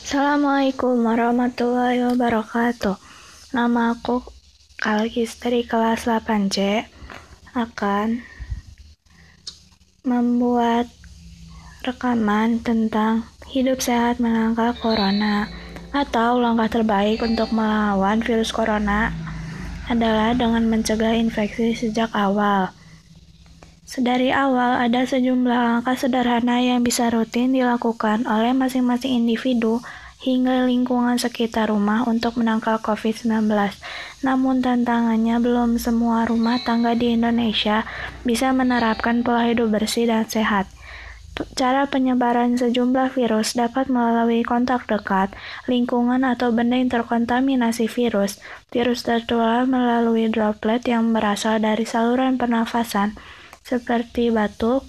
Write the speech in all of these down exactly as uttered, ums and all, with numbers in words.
Assalamualaikum warahmatullahi wabarakatuh. Nama aku Kalkis dari kelas delapan C akan membuat rekaman tentang hidup sehat menangkal corona, atau langkah terbaik untuk melawan virus corona adalah dengan mencegah infeksi sejak awal. Sedari awal ada sejumlah langkah sederhana yang bisa rutin dilakukan oleh masing-masing individu hingga lingkungan sekitar rumah untuk menangkal covid sembilan belas. Namun tantangannya belum semua rumah tangga di Indonesia bisa menerapkan pola hidup bersih dan sehat. Cara penyebaran sejumlah virus dapat melalui kontak dekat, lingkungan atau benda yang terkontaminasi virus. Virus tertular melalui droplet yang berasal dari saluran pernafasan, seperti batuk,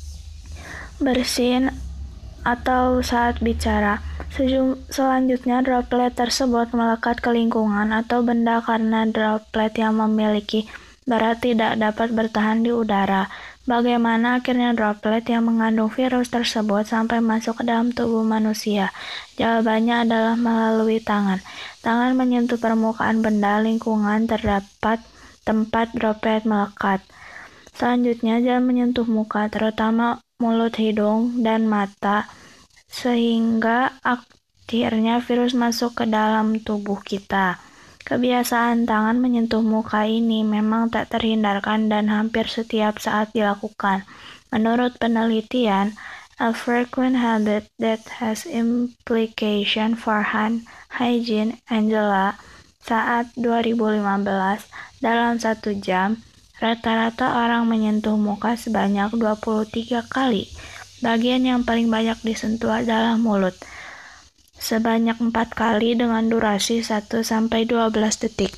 bersin, atau saat bicara. Sejum- selanjutnya, droplet tersebut melekat ke lingkungan atau benda karena droplet yang memiliki berat tidak dapat bertahan di udara. Bagaimana akhirnya droplet yang mengandung virus tersebut sampai masuk ke dalam tubuh manusia? Jawabannya adalah melalui tangan. Tangan menyentuh permukaan benda lingkungan terdapat tempat droplet melekat. Selanjutnya, jangan menyentuh muka, terutama mulut, hidung, dan mata, sehingga akhirnya virus masuk ke dalam tubuh kita. Kebiasaan tangan menyentuh muka ini memang tak terhindarkan dan hampir setiap saat dilakukan. Menurut penelitian, a frequent habit that has implication for hand hygiene, Angela, saat dua ribu lima belas, dalam satu jam, rata-rata orang menyentuh muka sebanyak dua puluh tiga kali. Bagian yang paling banyak disentuh adalah mulut, sebanyak empat kali dengan durasi satu sampai dua belas detik.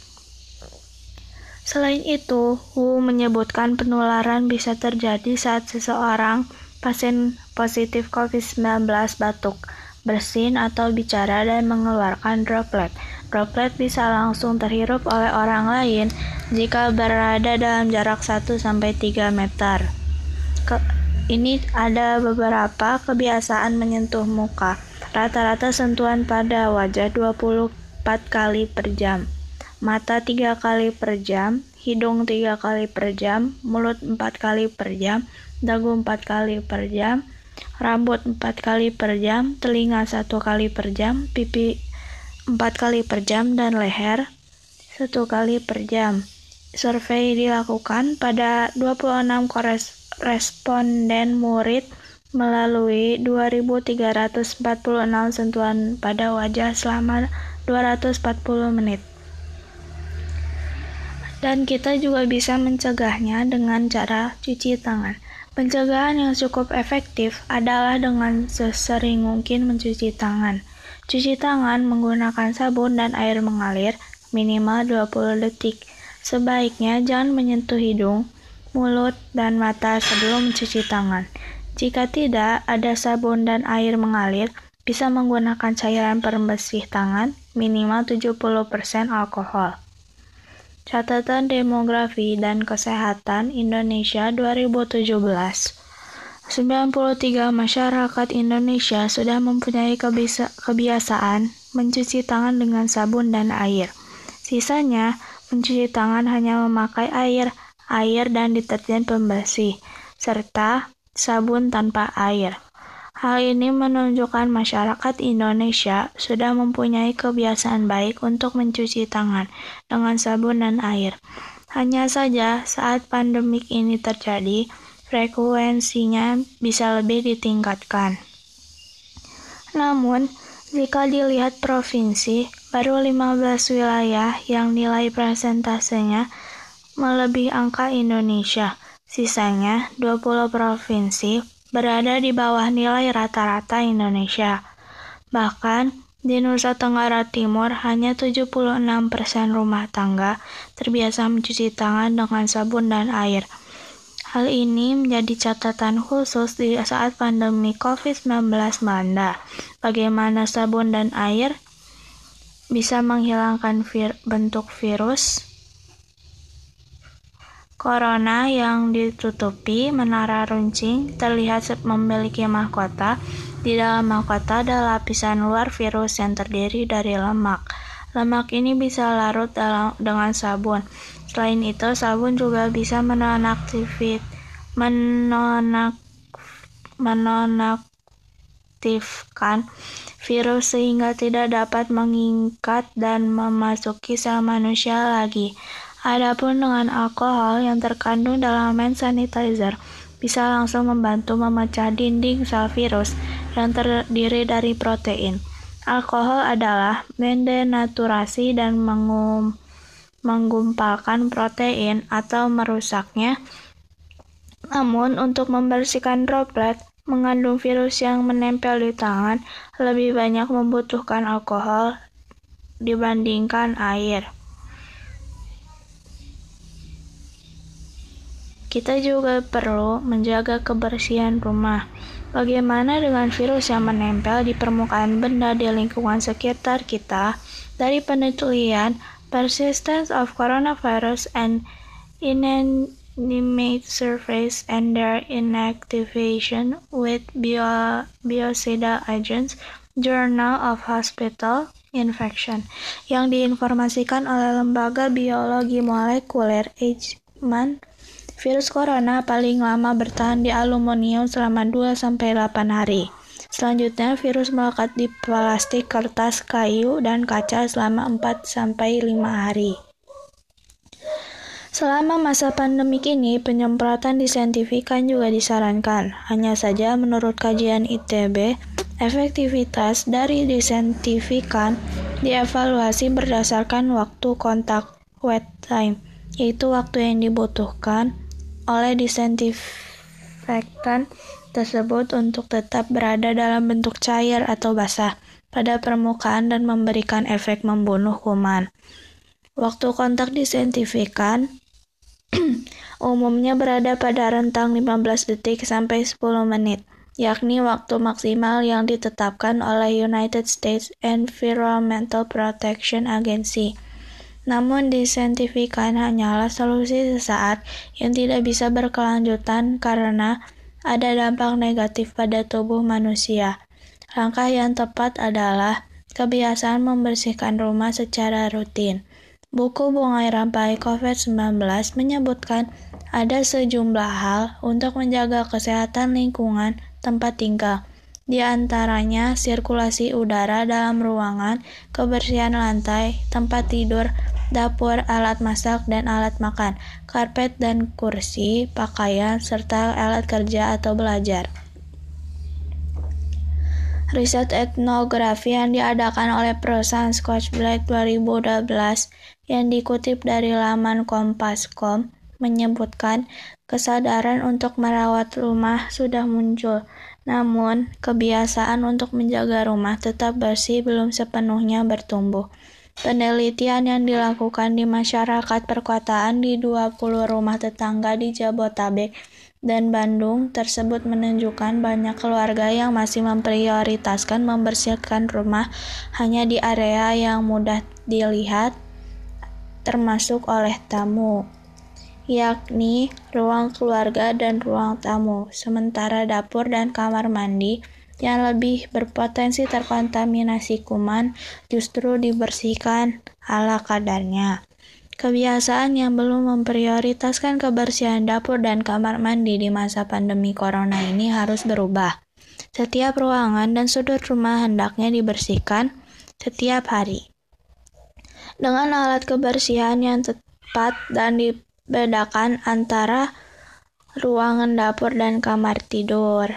Selain itu, W H O menyebutkan penularan bisa terjadi saat seseorang pasien positif covid sembilan belas batuk, bersin, atau bicara dan mengeluarkan droplet. Droplet bisa langsung terhirup oleh orang lain jika berada dalam jarak satu sampai tiga meter. Ke, ini ada beberapa kebiasaan menyentuh muka. Rata-rata sentuhan pada wajah dua puluh empat kali per jam, mata tiga kali per jam, hidung tiga kali per jam, mulut empat kali per jam, dagu empat kali per jam, rambut empat kali per jam, telinga satu kali per jam, pipi empat kali per jam, dan leher satu kali per jam. Survei dilakukan pada dua puluh enam responden murid melalui dua ribu tiga ratus empat puluh enam sentuhan pada wajah selama dua ratus empat puluh menit. Dan kita juga bisa mencegahnya dengan cara cuci tangan. Pencegahan yang cukup efektif adalah dengan sesering mungkin mencuci tangan. Cuci tangan menggunakan sabun dan air mengalir minimal dua puluh detik. Sebaiknya jangan menyentuh hidung, mulut, dan mata sebelum mencuci tangan. Jika tidak ada sabun dan air mengalir, bisa menggunakan cairan pembersih tangan minimal tujuh puluh persen alkohol. Catatan Demografi dan Kesehatan Indonesia dua ribu tujuh belas. sembilan puluh tiga masyarakat Indonesia sudah mempunyai kebiasa- kebiasaan mencuci tangan dengan sabun dan air. Sisanya, mencuci tangan hanya memakai air, air dan deterjen pembersih, serta sabun tanpa air. Hal ini menunjukkan masyarakat Indonesia sudah mempunyai kebiasaan baik untuk mencuci tangan dengan sabun dan air. Hanya saja saat pandemik ini terjadi, frekuensinya bisa lebih ditingkatkan. Namun, jika dilihat provinsi, baru lima belas wilayah yang nilai persentasenya melebihi angka Indonesia. Sisanya, dua puluh provinsi, berada di bawah nilai rata-rata Indonesia. Bahkan, di Nusa Tenggara Timur hanya tujuh puluh enam persen rumah tangga terbiasa mencuci tangan dengan sabun dan air. Hal ini menjadi catatan khusus di saat pandemi covid sembilan belas melanda. Bagaimana sabun dan air bisa menghilangkan vir- bentuk virus corona yang ditutupi. Menara runcing terlihat memiliki mahkota Di dalam mahkota ada lapisan luar virus yang terdiri dari lemak. Lemak ini bisa larut dalam, dengan sabun. Selain itu, sabun juga bisa menonaktifit, menonak, menonaktifkan virus sehingga tidak dapat mengikat dan memasuki sel manusia lagi. Adapun dengan alkohol yang terkandung dalam hand sanitizer, bisa langsung membantu memecah dinding sel virus yang terdiri dari protein. Alkohol adalah mendenaturasi dan mengum, menggumpalkan protein atau merusaknya. Namun, untuk membersihkan droplet mengandung virus yang menempel di tangan, lebih banyak membutuhkan alkohol dibandingkan air. Kita juga perlu menjaga kebersihan rumah. Bagaimana dengan virus yang menempel di permukaan benda di lingkungan sekitar kita? Dari penelitian, persistence of coronavirus and inanimate surface and their inactivation with bio, biocidal agents, Journal of Hospital Infection, yang diinformasikan oleh Lembaga Biologi Molekuler Eijkman. Virus corona paling lama bertahan di aluminium selama dua sampai delapan hari. Selanjutnya, virus melekat di plastik, kertas, kayu, dan kaca selama empat sampai lima hari. Selama masa pandemik ini, penyemprotan disinfektan juga disarankan. Hanya saja, menurut kajian I T B, efektivitas dari disinfektan dievaluasi berdasarkan waktu kontak wait time, yaitu waktu yang dibutuhkan oleh disinfektan tersebut untuk tetap berada dalam bentuk cair atau basah pada permukaan dan memberikan efek membunuh kuman. Waktu kontak disinfektan umumnya berada pada rentang lima belas detik sampai sepuluh menit, yakni waktu maksimal yang ditetapkan oleh United States Environmental Protection Agency. Namun disinfektan hanyalah solusi sesaat yang tidak bisa berkelanjutan karena ada dampak negatif pada tubuh manusia. Langkah yang tepat adalah kebiasaan membersihkan rumah secara rutin. Buku Bungai Rampai covid sembilan belas menyebutkan ada sejumlah hal untuk menjaga kesehatan lingkungan tempat tinggal. Di antaranya sirkulasi udara dalam ruangan, kebersihan lantai, tempat tidur, dapur, alat masak dan alat makan, karpet dan kursi, pakaian, serta alat kerja atau belajar. Riset etnografi yang diadakan oleh perusahaan Scotch Blake dua ribu dua belas yang dikutip dari laman kompas titik com menyebutkan kesadaran untuk merawat rumah sudah muncul. Namun, kebiasaan untuk menjaga rumah tetap bersih belum sepenuhnya bertumbuh. Penelitian yang dilakukan di masyarakat perkotaan di dua puluh rumah tetangga di Jabodetabek dan Bandung tersebut menunjukkan banyak keluarga yang masih memprioritaskan membersihkan rumah hanya di area yang mudah dilihat, termasuk oleh tamu, yakni ruang keluarga dan ruang tamu, sementara dapur dan kamar mandi yang lebih berpotensi terkontaminasi kuman justru dibersihkan ala kadarnya. Kebiasaan yang belum memprioritaskan kebersihan dapur dan kamar mandi di masa pandemi corona ini harus berubah. Setiap ruangan dan sudut rumah hendaknya dibersihkan setiap hari dengan alat kebersihan yang tepat dan dibedakan antara ruangan dapur dan kamar tidur.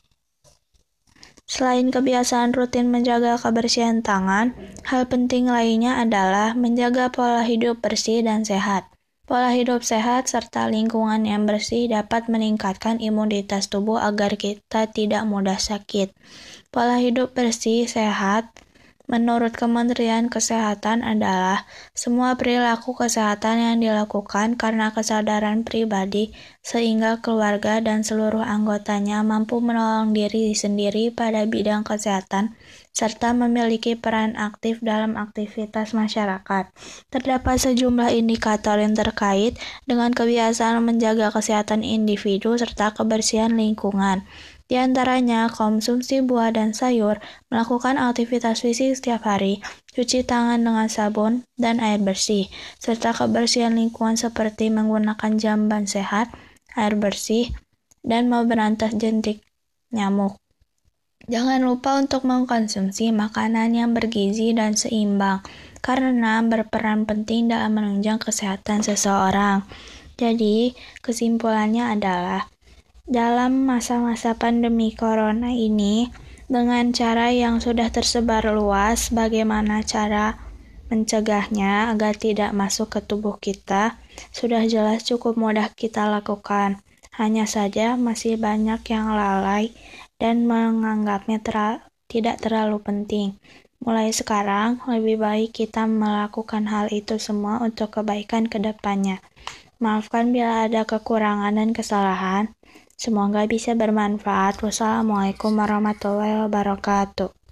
Selain kebiasaan rutin menjaga kebersihan tangan, hal penting lainnya adalah menjaga pola hidup bersih dan sehat. Pola hidup sehat serta lingkungan yang bersih dapat meningkatkan imunitas tubuh agar kita tidak mudah sakit. Pola hidup bersih sehat menurut Kementerian Kesehatan adalah semua perilaku kesehatan yang dilakukan karena kesadaran pribadi sehingga keluarga dan seluruh anggotanya mampu menolong diri sendiri pada bidang kesehatan serta memiliki peran aktif dalam aktivitas masyarakat. Terdapat sejumlah indikator yang terkait dengan kebiasaan menjaga kesehatan individu serta kebersihan lingkungan. Di antaranya konsumsi buah dan sayur, melakukan aktivitas fisik setiap hari, cuci tangan dengan sabun dan air bersih, serta kebersihan lingkungan seperti menggunakan jamban sehat, air bersih, dan memberantas jentik nyamuk. Jangan lupa untuk mengkonsumsi makanan yang bergizi dan seimbang, karena berperan penting dalam menunjang kesehatan seseorang. Jadi, kesimpulannya adalah, dalam masa-masa pandemi corona ini, dengan cara yang sudah tersebar luas, bagaimana cara mencegahnya agar tidak masuk ke tubuh kita, sudah jelas cukup mudah kita lakukan. Hanya saja masih banyak yang lalai dan menganggapnya tera- tidak terlalu penting. Mulai sekarang, lebih baik kita melakukan hal itu semua untuk kebaikan ke depannya. Maafkan bila ada kekurangan dan kesalahan. Semoga bisa bermanfaat. Wassalamualaikum warahmatullahi wabarakatuh.